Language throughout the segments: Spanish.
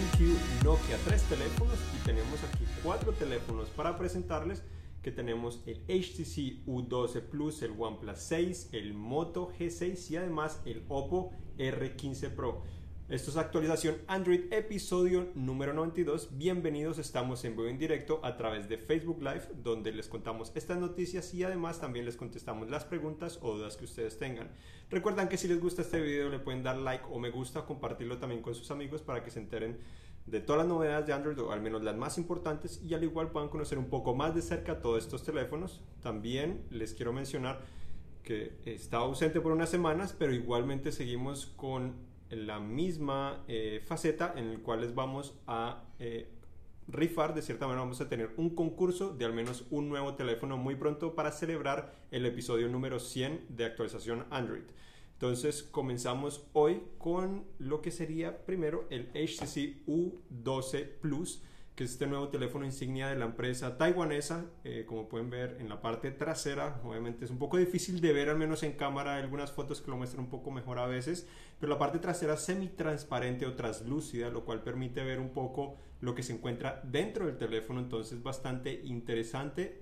ThinQ Nokia 3 teléfonos y tenemos aquí 4 teléfonos para presentarles, que tenemos el HTC U12 Plus, el OnePlus 6, el Moto G6 y además el Oppo R15 Pro. Esto es actualización Android episodio número 92. Bienvenidos, estamos en vivo en directo a través de Facebook Live, donde les contamos estas noticias y además también les contestamos las preguntas o dudas que ustedes tengan. Recuerden que si les gusta este video le pueden dar like o me gusta, compartirlo también con sus amigos para que se enteren de todas las novedades de Android, o al menos las más importantes, y al igual puedan conocer un poco más de cerca todos estos teléfonos. También les quiero mencionar que estaba ausente por unas semanas, pero igualmente seguimos con la misma faceta en el cual les vamos a rifar. De cierta manera vamos a tener un concurso de al menos un nuevo teléfono muy pronto para celebrar el episodio número 100 de actualización Android. Entonces comenzamos hoy con lo que sería primero el HTC U12 Plus, que es este nuevo teléfono insignia de la empresa taiwanesa. Como pueden ver en la parte trasera, obviamente es un poco difícil de ver, al menos en cámara, hay algunas fotos que lo muestran un poco mejor a veces, pero la parte trasera semi-transparente o translúcida, lo cual permite ver un poco lo que se encuentra dentro del teléfono. Entonces bastante interesante.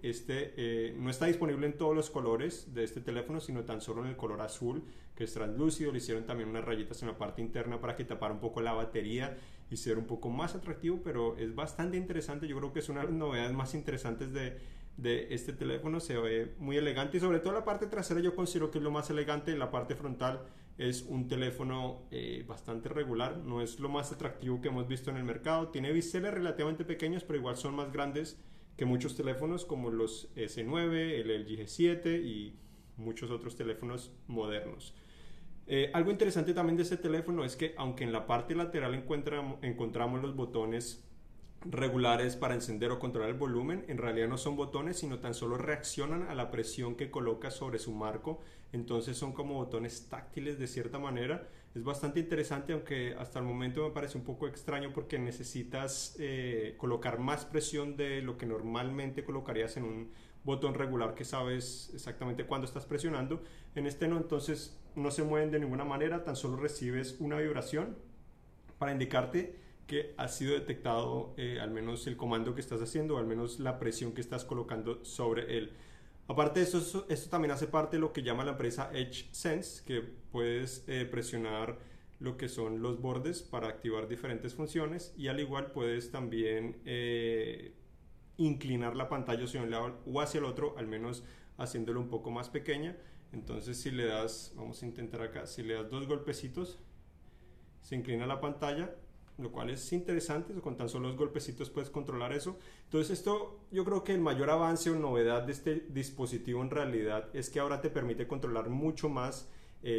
No está disponible en todos los colores de este teléfono, sino tan solo en el color azul, que es translúcido. Le hicieron también unas rayitas en la parte interna para que tapara un poco la batería y ser un poco más atractivo, pero es bastante interesante. Yo creo que es una de las novedades más interesantes de este teléfono. Se ve muy elegante y sobre todo la parte trasera yo considero que es lo más elegante. La parte frontal es un teléfono bastante regular, no es lo más atractivo que hemos visto en el mercado. Tiene biseles relativamente pequeños, pero igual son más grandes que muchos teléfonos como los S9, el LG G7 y muchos otros teléfonos modernos. Algo interesante también de este teléfono es que aunque en la parte lateral encontramos los botones regulares para encender o controlar el volumen, en realidad no son botones, sino tan solo reaccionan a la presión que coloca sobre su marco. Entonces son como botones táctiles de cierta manera. Es bastante interesante, aunque hasta el momento me parece un poco extraño porque necesitas colocar más presión de lo que normalmente colocarías en un botón regular, que sabes exactamente cuándo estás presionando. En este no, entonces no se mueven de ninguna manera, tan solo recibes una vibración para indicarte que ha sido detectado al menos el comando que estás haciendo, o al menos la presión que estás colocando sobre él. Aparte de esto también hace parte de lo que llama la empresa EdgeSense, que puedes presionar lo que son los bordes para activar diferentes funciones, y al igual puedes también inclinar la pantalla hacia un lado o hacia el otro, al menos haciéndolo un poco más pequeña. Entonces si le das, vamos a intentar acá, si le das 2 golpecitos, se inclina la pantalla, lo cual es interesante. Con tan solo 2 golpecitos puedes controlar eso. Entonces esto, yo creo que el mayor avance o novedad de este dispositivo en realidad es que ahora te permite controlar mucho más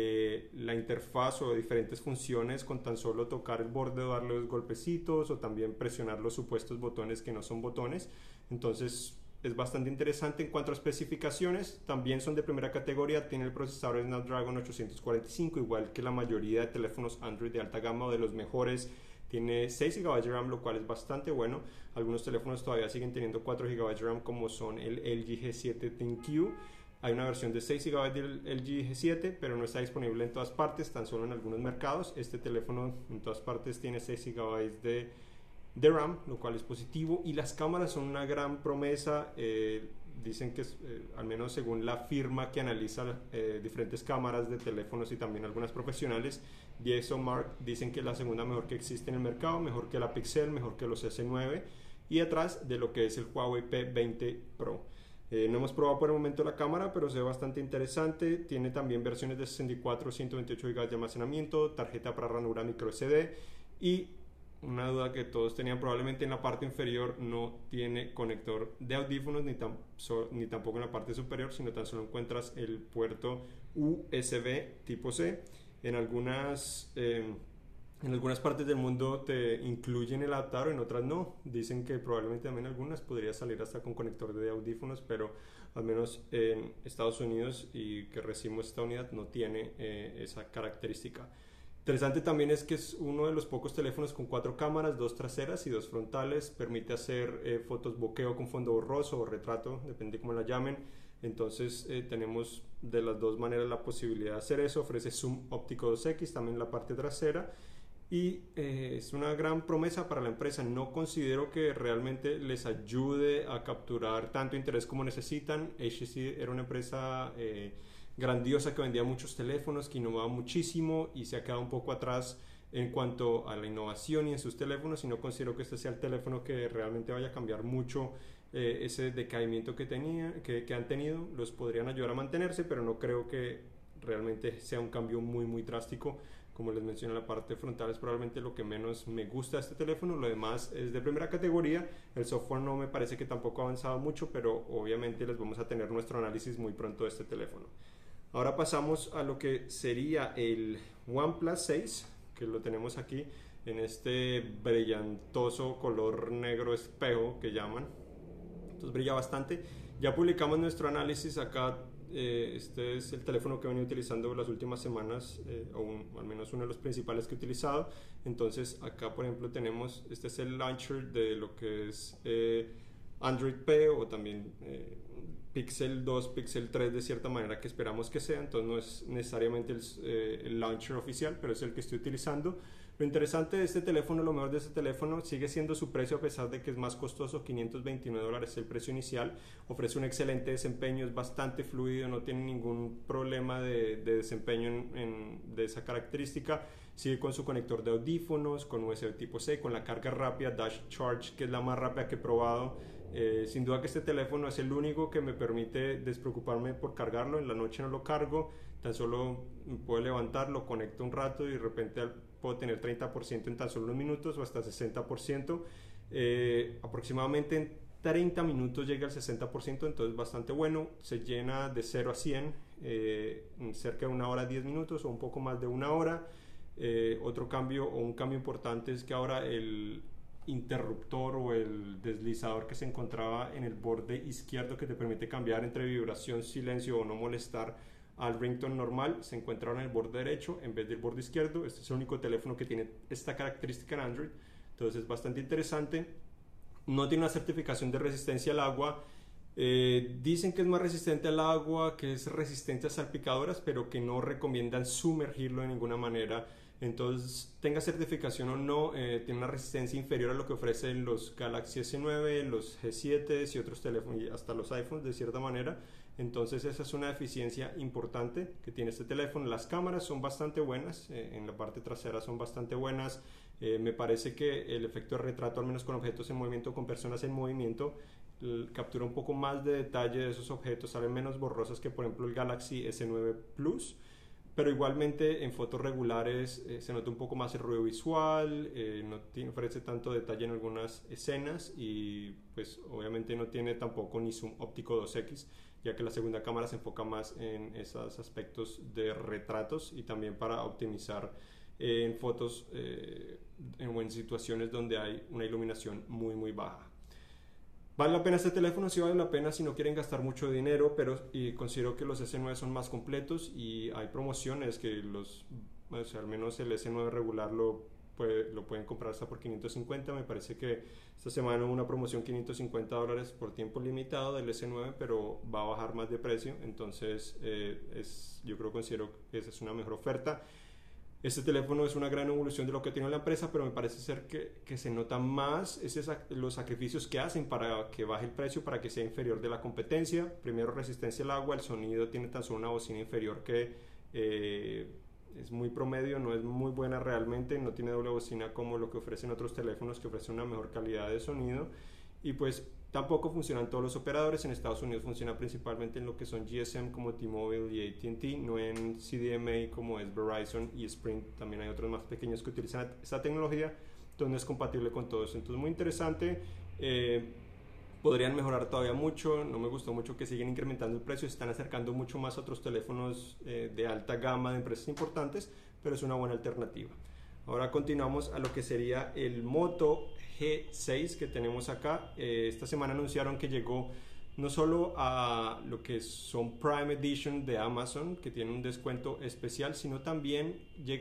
la interfaz o diferentes funciones con tan solo tocar el borde o darle 2 golpecitos, o también presionar los supuestos botones que no son botones. Entonces es bastante interesante. En cuanto a especificaciones, también son de primera categoría. Tiene el procesador Snapdragon 845, igual que la mayoría de teléfonos Android de alta gama o de los mejores. Tiene 6 GB de RAM, lo cual es bastante bueno. Algunos teléfonos todavía siguen teniendo 4 GB de RAM, como son el LG G7 ThinQ. Hay una versión de 6 GB del LG G7, pero no está disponible en todas partes, tan solo en algunos mercados. Este teléfono en todas partes tiene 6 GB de RAM, lo cual es positivo. Y las cámaras son una gran promesa. Dicen que al menos según la firma que analiza diferentes cámaras de teléfonos y también algunas profesionales, DxOMark, dicen que es la segunda mejor que existe en el mercado, mejor que la Pixel, mejor que los S9 y atrás de lo que es el Huawei P20 Pro. No hemos probado por el momento la cámara, pero se ve bastante interesante. Tiene también versiones de 64 o 128 GB de almacenamiento, tarjeta para ranura micro SD, y una duda que todos tenían probablemente, en la parte inferior no tiene conector de audífonos ni tampoco en la parte superior, sino tan solo encuentras el puerto USB tipo C. En algunas partes del mundo te incluyen el adaptador, en otras no. Dicen que probablemente también algunas podría salir hasta con conector de audífonos, pero al menos en Estados Unidos, y que recibimos esta unidad, no tiene esa característica. Interesante también es que es uno de los pocos teléfonos con 4 cámaras, 2 traseras y 2 frontales. Permite hacer fotos bokeh con fondo borroso o retrato, depende cómo la llamen. Entonces tenemos de las dos maneras la posibilidad de hacer eso. Ofrece zoom óptico 2x también en la parte trasera. y es una gran promesa para la empresa. No considero que realmente les ayude a capturar tanto interés como necesitan. HTC era una empresa grandiosa que vendía muchos teléfonos, que innovaba muchísimo y se ha quedado un poco atrás en cuanto a la innovación y en sus teléfonos, y no considero que este sea el teléfono que realmente vaya a cambiar mucho ese decaimiento que han tenido. Los podrían ayudar a mantenerse, pero no creo que realmente sea un cambio muy drástico. Como les mencioné, la parte frontal es probablemente lo que menos me gusta de este teléfono. Lo demás es de primera categoría. El software no me parece que tampoco ha avanzado mucho, pero obviamente les vamos a tener nuestro análisis muy pronto de este teléfono. Ahora pasamos a lo que sería el OnePlus 6, que lo tenemos aquí en este brillantoso color negro espejo que llaman. Entonces brilla bastante. Ya publicamos nuestro análisis acá. Este es el teléfono que he venido utilizando las últimas semanas, o al menos uno de los principales que he utilizado. Entonces acá, por ejemplo, tenemos, este es el launcher de lo que es Android P, o también Pixel 2, Pixel 3 de cierta manera, que esperamos que sea. Entonces no es necesariamente el launcher oficial, pero es el que estoy utilizando. Lo interesante de este teléfono, lo mejor de este teléfono, sigue siendo su precio, a pesar de que es más costoso. $529 es el precio inicial. Ofrece un excelente desempeño, es bastante fluido, no tiene ningún problema de desempeño de esa característica. Sigue con su conector de audífonos, con USB tipo C, con la carga rápida Dash Charge, que es la más rápida que he probado. Sin duda que este teléfono es el único que me permite despreocuparme por cargarlo. En la noche no lo cargo, tan solo puedo levantarlo, conecto un rato y de repente puedo tener 30% en tan solo unos minutos, o hasta 60%. Aproximadamente en 30 minutos llega al 60%, entonces bastante bueno. Se llena de 0 a 100 en cerca de 1 hora 10 minutos, o un poco más de 1 hora. Otro cambio, o un cambio importante, es que ahora el interruptor o el deslizador que se encontraba en el borde izquierdo, que te permite cambiar entre vibración, silencio o no molestar al ringtone normal, se encuentra ahora en el borde derecho en vez del borde izquierdo. Este es el único teléfono que tiene esta característica en Android, entonces es bastante interesante. No tiene una certificación de resistencia al agua. Dicen que es más resistente al agua, que es resistente a salpicadoras, pero que no recomiendan sumergirlo de ninguna manera. Entonces, tenga certificación o no, tiene una resistencia inferior a lo que ofrecen los Galaxy S9, los G7 y otros teléfonos, y hasta los iPhones de cierta manera. Entonces esa es una deficiencia importante que tiene este teléfono. Las cámaras son bastante buenas, en la parte trasera son bastante buenas. Me parece que el efecto de retrato, al menos con objetos en movimiento, con personas en movimiento, captura un poco más de detalle de esos objetos, salen menos borrosas que por ejemplo el Galaxy S9 Plus. Pero igualmente en fotos regulares se nota un poco más el ruido visual, no ofrece tanto detalle en algunas escenas, y pues obviamente no tiene tampoco ni zoom óptico 2x, ya que la segunda cámara se enfoca más en esos aspectos de retratos y también para optimizar en fotos o en situaciones donde hay una iluminación muy baja. ¿Vale la pena este teléfono? Sí vale la pena si no quieren gastar mucho dinero, pero considero que los S9 son más completos y hay promociones que al menos el S9 regular lo pueden comprar hasta por $550. Me parece que esta semana hubo una promoción $550 por tiempo limitado del S9, pero va a bajar más de precio. Entonces considero que esa es una mejor oferta. Este teléfono es una gran evolución de lo que tiene la empresa, pero me parece ser que se nota más los sacrificios que hacen para que baje el precio, para que sea inferior de la competencia. Primero, resistencia al agua. El sonido tiene tan solo una bocina inferior que es muy promedio, no es muy buena realmente. No tiene doble bocina como lo que ofrecen otros teléfonos, que ofrecen una mejor calidad de sonido. Y pues tampoco funcionan todos los operadores. En Estados Unidos funciona principalmente en lo que son GSM como T-Mobile y AT&T, no en CDMA como es Verizon y Sprint. También hay otros más pequeños que utilizan esta tecnología, entonces no es compatible con todos. Entonces muy interesante. Podrían mejorar todavía mucho. No me gustó mucho que siguen incrementando el precio, se están acercando mucho más a otros teléfonos de alta gama de empresas importantes, pero es una buena alternativa. Ahora continuamos a lo que sería el Moto G6 que tenemos acá. Esta semana anunciaron que llegó no solo a lo que son Prime Edition de Amazon, que tiene un descuento especial, sino también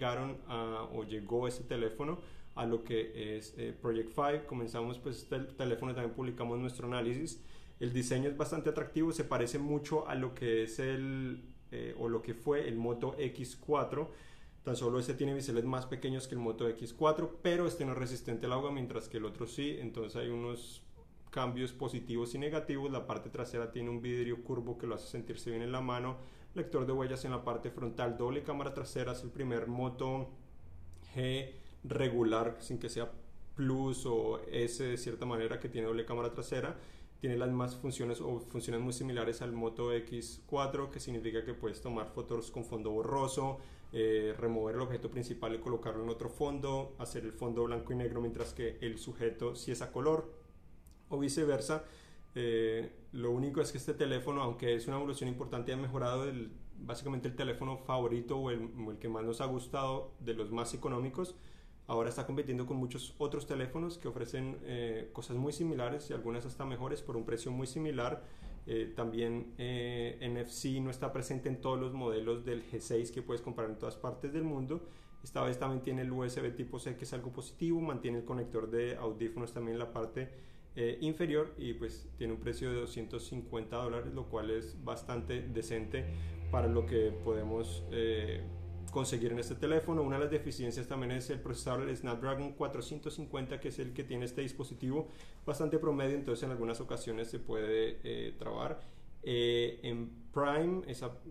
llegó este teléfono a lo que es Project 5. Comenzamos pues este teléfono, también publicamos nuestro análisis. El diseño es bastante atractivo, se parece mucho a lo que es lo que fue el Moto X4. Tan solo este tiene biseles más pequeños que el Moto X4, pero este no es resistente al agua, mientras que el otro sí. Entonces hay unos cambios positivos y negativos. La parte trasera tiene un vidrio curvo que lo hace sentirse bien en la mano, lector de huellas en la parte frontal, doble cámara trasera. Es el primer Moto G regular, sin que sea Plus o S de cierta manera, que tiene doble cámara trasera. Tiene las más funciones o funciones muy similares al Moto X4, que significa que puedes tomar fotos con fondo borroso, remover el objeto principal y colocarlo en otro fondo, hacer el fondo blanco y negro mientras que el sujeto sí es a color, o viceversa. Lo único es que este teléfono, aunque es una evolución importante, ha mejorado básicamente el teléfono favorito o el que más nos ha gustado de los más económicos. Ahora está compitiendo con muchos otros teléfonos que ofrecen cosas muy similares y algunas hasta mejores por un precio muy similar. También NFC no está presente en todos los modelos del G6 que puedes comprar en todas partes del mundo. Esta vez también tiene el USB tipo C, que es algo positivo. Mantiene el conector de audífonos también en la parte inferior, y pues tiene un precio de $250, lo cual es bastante decente para lo que podemos conseguir en este teléfono. Una de las deficiencias también es el procesador, el Snapdragon 450, que es el que tiene este dispositivo, bastante promedio, entonces en algunas ocasiones se puede trabar. En Prime,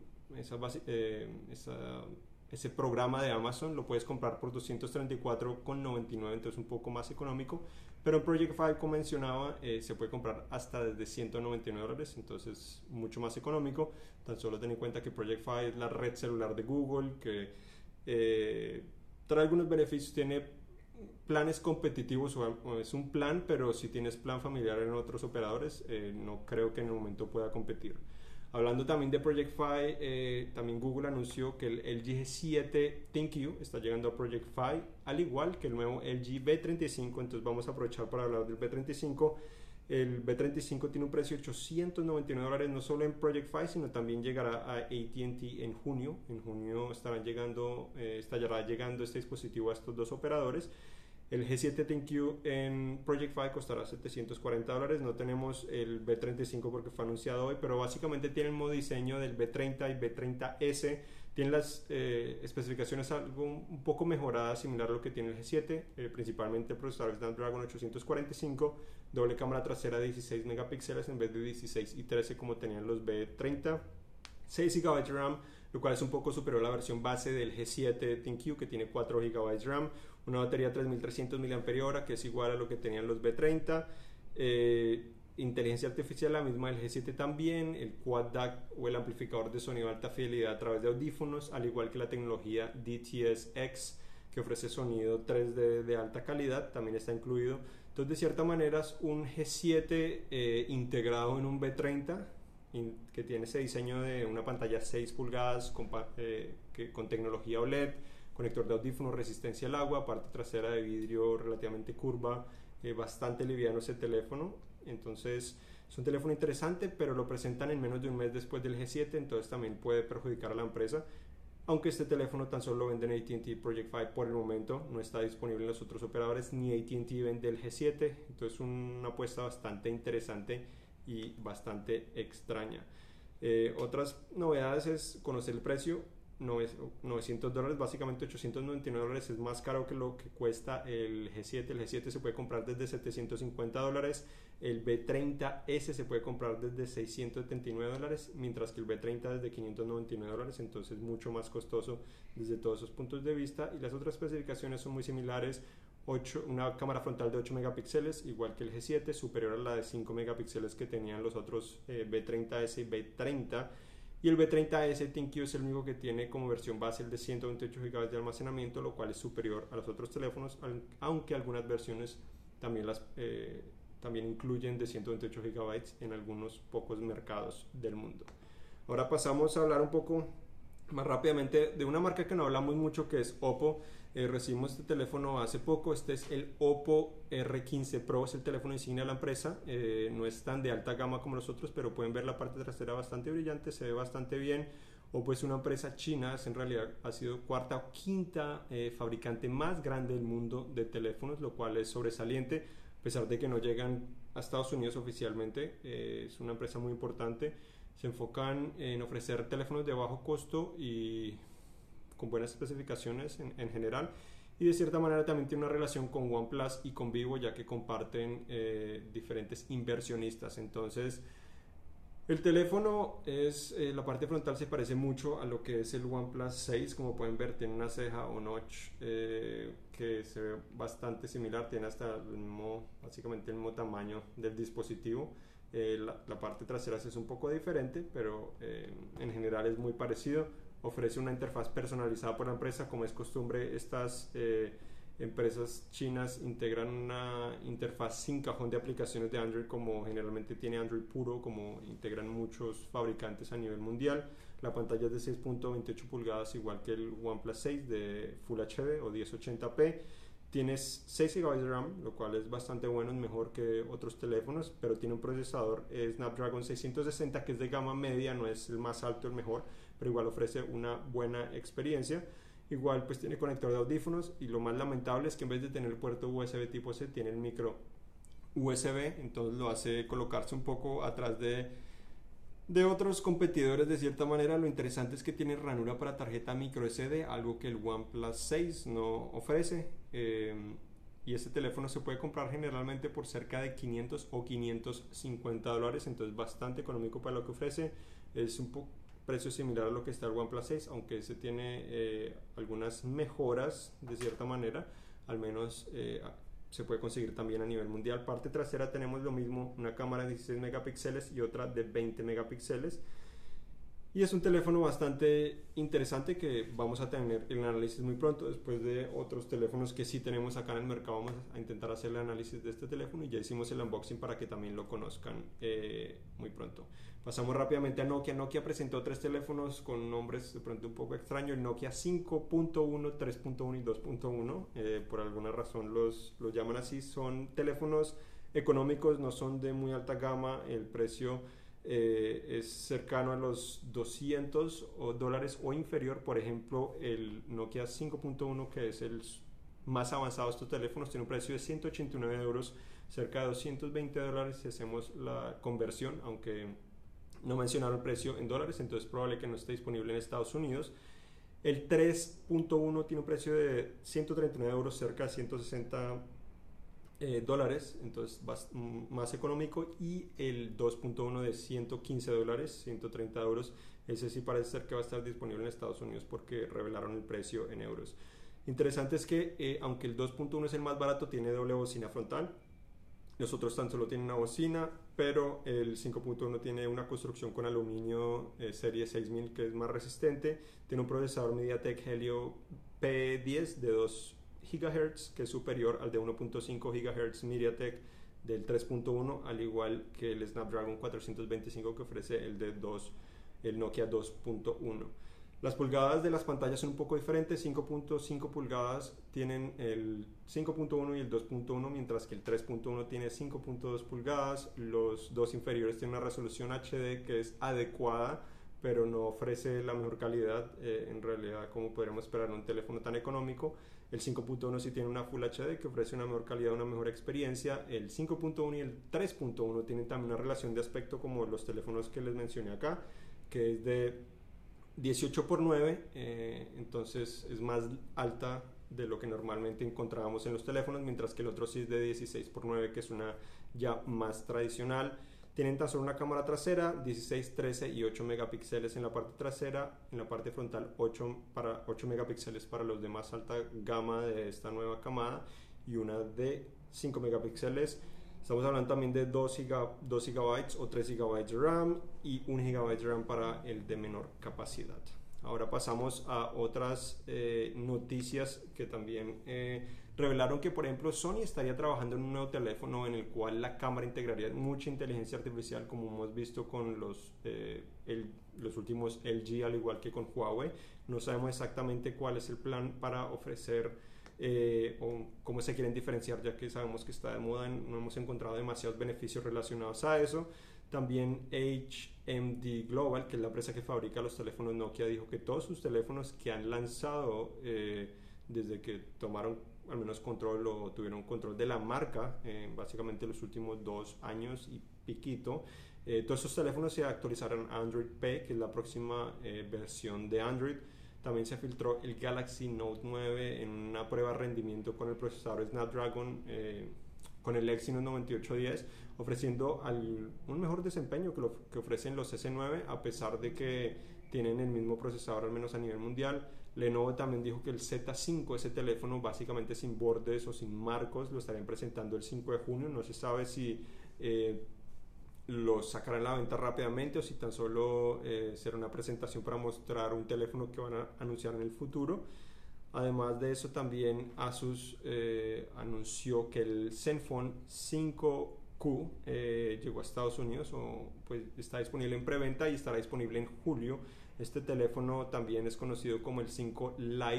ese programa de Amazon lo puedes comprar por $234,99, entonces un poco más económico, pero en Project 5, como mencionaba, se puede comprar hasta desde $199, entonces mucho más económico. Tan solo ten en cuenta que Project 5 es la red celular de Google, que trae algunos beneficios, tiene planes competitivos, o es un plan, pero si tienes plan familiar en otros operadores, no creo que en el momento pueda competir. Hablando también de Project 5, también Google anunció que el LG G7 ThinQ está llegando a Project 5, al igual que el nuevo LG B35. Entonces vamos a aprovechar para hablar del B35. El B35 tiene un precio de $899, no solo en Project 5, sino también llegará a AT&T en junio. En junio estará llegando este dispositivo a estos dos operadores. El G7 ThinQ en Project 5 costará $740. No tenemos el B35 porque fue anunciado hoy, pero básicamente tiene el mismo diseño del B30 y B30S. Tiene las especificaciones algo un poco mejoradas, similar a lo que tiene el G7, principalmente el procesador Snapdragon 845, doble cámara trasera de 16 megapíxeles en vez de 16 y 13 como tenían los B30, 6 GB de RAM, lo cual es un poco superior a la versión base del G7 ThinQ, que tiene 4 GB de RAM, una batería de 3300 mAh, que es igual a lo que tenían los B30, inteligencia artificial la misma del G7 también, el Quad DAC o el amplificador de sonido de alta fidelidad a través de audífonos, al igual que la tecnología DTS-X, que ofrece sonido 3D de alta calidad, también está incluido. Entonces, de cierta manera, es un G7 integrado en un B30, que tiene ese diseño de una pantalla 6 pulgadas con tecnología OLED, conector de audífonos, resistencia al agua, parte trasera de vidrio relativamente curva, bastante liviano ese teléfono. Entonces es un teléfono interesante, pero lo presentan en menos de un mes después del G7, entonces también puede perjudicar a la empresa, aunque este teléfono tan solo lo venden AT&T Project 5 por el momento, no está disponible en los otros operadores, ni AT&T vende el G7, entonces una apuesta bastante interesante y bastante extraña. Otras novedades es conocer el precio. $900, básicamente $899 es más caro que lo que cuesta el G7. El G7 se puede comprar desde $750, el B30S se puede comprar desde $679, mientras que el B30 desde $599, entonces mucho más costoso desde todos esos puntos de vista. Y las otras especificaciones son muy similares. Una cámara frontal de 8 megapíxeles, igual que el G7, superior a la de 5 megapíxeles que tenían los otros B30S y B30. Y el B30S ThinQ es el único que tiene como versión base el de 128 GB de almacenamiento, lo cual es superior a los otros teléfonos, aunque algunas versiones también incluyen de 128 GB en algunos pocos mercados del mundo. Ahora pasamos a hablar un poco más rápidamente de una marca que no hablamos mucho, que es Oppo. Recibimos este teléfono hace poco. Este es el Oppo R15 Pro, es el teléfono insignia de la empresa. No es tan de alta gama como los otros, pero pueden ver la parte trasera bastante brillante, se ve bastante bien. Oppo es una empresa china, en realidad ha sido cuarta o quinta fabricante más grande del mundo de teléfonos, lo cual es sobresaliente, a pesar de que no llegan a Estados Unidos oficialmente. Es una empresa muy importante. Se enfocan en ofrecer teléfonos de bajo costo y con buenas especificaciones en general, y de cierta manera también tiene una relación con OnePlus y con Vivo, ya que comparten diferentes inversionistas. Entonces el teléfono la parte frontal se parece mucho a lo que es el OnePlus 6, como pueden ver tiene una ceja o notch que se ve bastante similar, tiene hasta básicamente el mismo tamaño del dispositivo. La parte trasera es un poco diferente, pero en general es muy parecido. Ofrece una interfaz personalizada por la empresa, como es costumbre. Estas empresas chinas integran una interfaz sin cajón de aplicaciones de Android, como generalmente tiene Android puro, como integran muchos fabricantes a nivel mundial. La pantalla es de 6.28 pulgadas, igual que el OnePlus 6 de Full HD o 1080p. Tienes 6 GB de RAM, lo cual es bastante bueno, es mejor que otros teléfonos, pero tiene un procesador Snapdragon 660 que es de gama media, no es el más alto, el mejor, pero igual ofrece una buena experiencia. Igual pues tiene conector de audífonos, y lo más lamentable es que en vez de tener el puerto USB tipo C, tiene el micro USB, entonces lo hace colocarse un poco atrás de otros competidores de cierta manera. Lo interesante es que tiene ranura para tarjeta micro SD, algo que el OnePlus 6 no ofrece, y este teléfono se puede comprar generalmente por cerca de 500 o 550 dólares, entonces bastante económico para lo que ofrece. Es un precio similar a lo que está el OnePlus 6, aunque se tiene algunas mejoras de cierta manera, al menos se puede conseguir también a nivel mundial. Parte trasera tenemos lo mismo, una cámara de 16 megapíxeles y otra de 20 megapíxeles. Y es un teléfono bastante interesante que vamos a tener el análisis muy pronto. Después de otros teléfonos que sí tenemos acá en el mercado, vamos a intentar hacer el análisis de este teléfono, y ya hicimos el unboxing para que también lo conozcan muy pronto. Pasamos rápidamente a Nokia. Nokia presentó 3 teléfonos con nombres de pronto un poco extraños: el Nokia 5.1, 3.1 y 2.1. Por alguna razón los llaman así. Son teléfonos económicos, no son de muy alta gama. El precio es cercano a los $200 o inferior. Por ejemplo, el Nokia 5.1, que es el más avanzado de estos teléfonos, tiene un precio de 189 euros, cerca de $220 si hacemos la conversión, aunque no mencionaron el precio en dólares, entonces es probable que no esté disponible en Estados Unidos. El 3.1 tiene un precio de 139 euros, cerca de 160 dólares, entonces más económico. Y el 2.1 de 115 dólares, 130 euros, ese sí parece ser que va a estar disponible en Estados Unidos porque revelaron el precio en euros. Interesante es que aunque el 2.1 es el más barato, tiene doble bocina frontal. Los otros tan solo tienen una bocina, pero el 5.1 tiene una construcción con aluminio serie 6000 que es más resistente. Tiene un procesador MediaTek Helio P10 de 2 GHz, que es superior al de 1.5 GHz MediaTek del 3.1, al igual que el Snapdragon 425 que ofrece el Nokia 2.1. Las pulgadas de las pantallas son un poco diferentes. 5.5 pulgadas tienen el 5.1 y el 2.1, mientras que el 3.1 tiene 5.2 pulgadas. Los dos inferiores tienen una resolución HD que es adecuada, pero no ofrece la mejor calidad en realidad como podríamos esperar en un teléfono tan económico. El 5.1 sí tiene una Full HD que ofrece una mejor calidad, una mejor experiencia. El 5.1 y el 3.1 tienen también una relación de aspecto como los teléfonos que les mencioné acá, que es de 18:9, entonces es más alta de lo que normalmente encontrábamos en los teléfonos, mientras que el otro sí es de 16:9, que es una ya más tradicional. Tienen tan solo una cámara trasera, 16, 13 y 8 megapíxeles en la parte trasera. En la parte frontal 8 megapíxeles para los de más alta gama de esta nueva camada, y una de 5 megapíxeles. Estamos hablando también de 2 GB o 3 GB de RAM y 1 GB de RAM para el de menor capacidad. Ahora pasamos a otras noticias que también revelaron que, por ejemplo, Sony estaría trabajando en un nuevo teléfono en el cual la cámara integraría mucha inteligencia artificial, como hemos visto con los últimos LG, al igual que con Huawei. No sabemos exactamente cuál es el plan para ofrecer o cómo se quieren diferenciar, ya que sabemos que está de moda. No hemos encontrado demasiados beneficios relacionados a eso. También HMD Global, que es la empresa que fabrica los teléfonos Nokia, dijo que todos sus teléfonos que han lanzado desde que tomaron al menos control o tuvieron control de la marca, básicamente los últimos 2 años y piquito, todos esos teléfonos se actualizarán a Android P, que es la próxima versión de Android. También se filtró el Galaxy Note 9 en una prueba de rendimiento con el procesador Snapdragon con el Exynos 9810, ofreciendo un mejor desempeño que ofrecen los S9, a pesar de que tienen el mismo procesador, al menos a nivel mundial. Lenovo también dijo que el Z5, ese teléfono básicamente sin bordes o sin marcos, lo estarían presentando el 5 de junio. No se sabe si lo sacarán a la venta rápidamente o si tan solo será una presentación para mostrar un teléfono que van a anunciar en el futuro. Además de eso, también Asus anunció que el Zenfone 5Q llegó a Estados Unidos, o pues está disponible en preventa y estará disponible en julio. Este teléfono también es conocido como el 5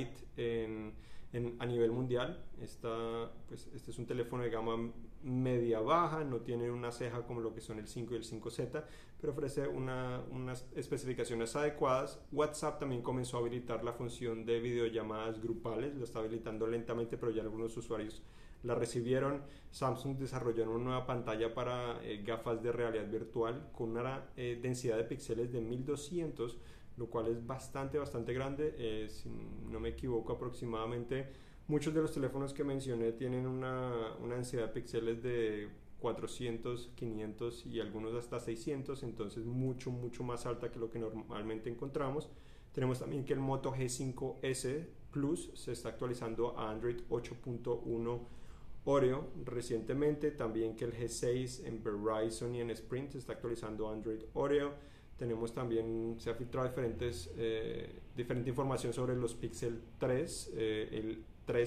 Lite a nivel mundial. Este es un teléfono de gama media baja, no tiene una ceja como lo que son el 5 y el 5Z, pero ofrece unas especificaciones adecuadas. WhatsApp también comenzó a habilitar la función de videollamadas grupales, lo está habilitando lentamente, pero ya algunos usuarios la recibieron. Samsung desarrolló una nueva pantalla para gafas de realidad virtual con una densidad de píxeles de 1200, lo cual es bastante grande. Si no me equivoco, aproximadamente muchos de los teléfonos que mencioné tienen una densidad de píxeles de 400, 500 y algunos hasta 600, entonces mucho más alta que lo que normalmente encontramos. Tenemos también que el Moto G5S Plus se está actualizando a Android 8.1 Oreo recientemente. También que el G6 en Verizon y en Sprint se está actualizando a Android Oreo. Tenemos también, se ha filtrado diferente información sobre los Pixel 3. El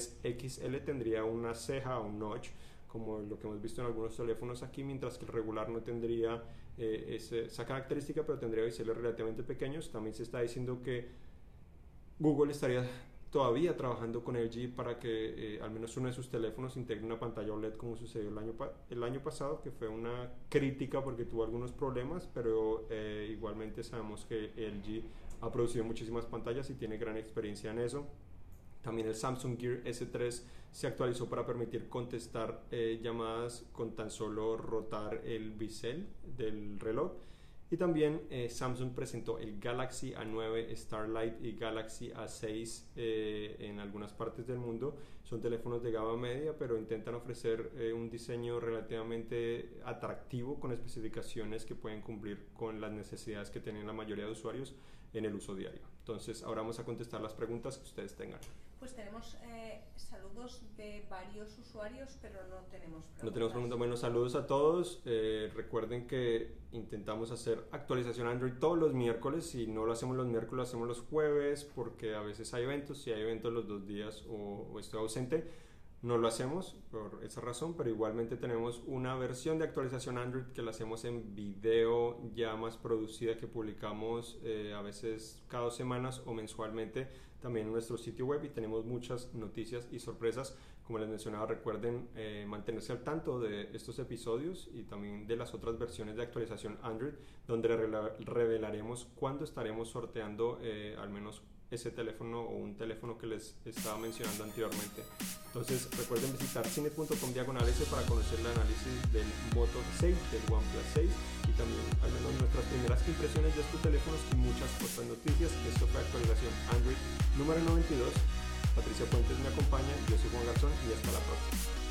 3XL tendría una ceja o un notch, como lo que hemos visto en algunos teléfonos aquí, mientras que el regular no tendría esa característica, pero tendría biseles relativamente pequeños. También se está diciendo que Google estaría todavía trabajando con LG para que al menos uno de sus teléfonos integre una pantalla OLED, como sucedió el año pasado, que fue una crítica porque tuvo algunos problemas, pero igualmente sabemos que LG ha producido muchísimas pantallas y tiene gran experiencia en eso. También el Samsung Gear S3 se actualizó para permitir contestar llamadas con tan solo rotar el bisel del reloj. Y también Samsung presentó el Galaxy A9 Starlight y Galaxy A6 en algunas partes del mundo. Son teléfonos de gama media, pero intentan ofrecer un diseño relativamente atractivo, con especificaciones que pueden cumplir con las necesidades que tienen la mayoría de usuarios en el uso diario. Entonces, ahora vamos a contestar las preguntas que ustedes tengan. Pues tenemos saludos de varios usuarios, pero no tenemos preguntas. No tenemos preguntas. Bueno, saludos a todos. Recuerden que intentamos hacer actualización Android todos los miércoles. Si no lo hacemos los miércoles, lo hacemos los jueves, porque a veces hay eventos. Si hay eventos los 2 días o estoy ausente, no lo hacemos por esa razón, pero igualmente tenemos una versión de actualización Android que la hacemos en video ya más producida, que publicamos a veces cada 2 semanas o mensualmente también en nuestro sitio web, y tenemos muchas noticias y sorpresas. Como les mencionaba, recuerden mantenerse al tanto de estos episodios y también de las otras versiones de actualización Android, donde revelaremos cuándo estaremos sorteando al menos ese teléfono o un teléfono que les estaba mencionando anteriormente. Entonces recuerden visitar cine.com/S para conocer el análisis del Moto 6, del OnePlus 6, y también al menos nuestras primeras impresiones de estos teléfonos y muchas otras noticias. Esto fue actualización Android número 92. Patricia Puentes me acompaña, yo soy Juan Garzón y hasta la próxima.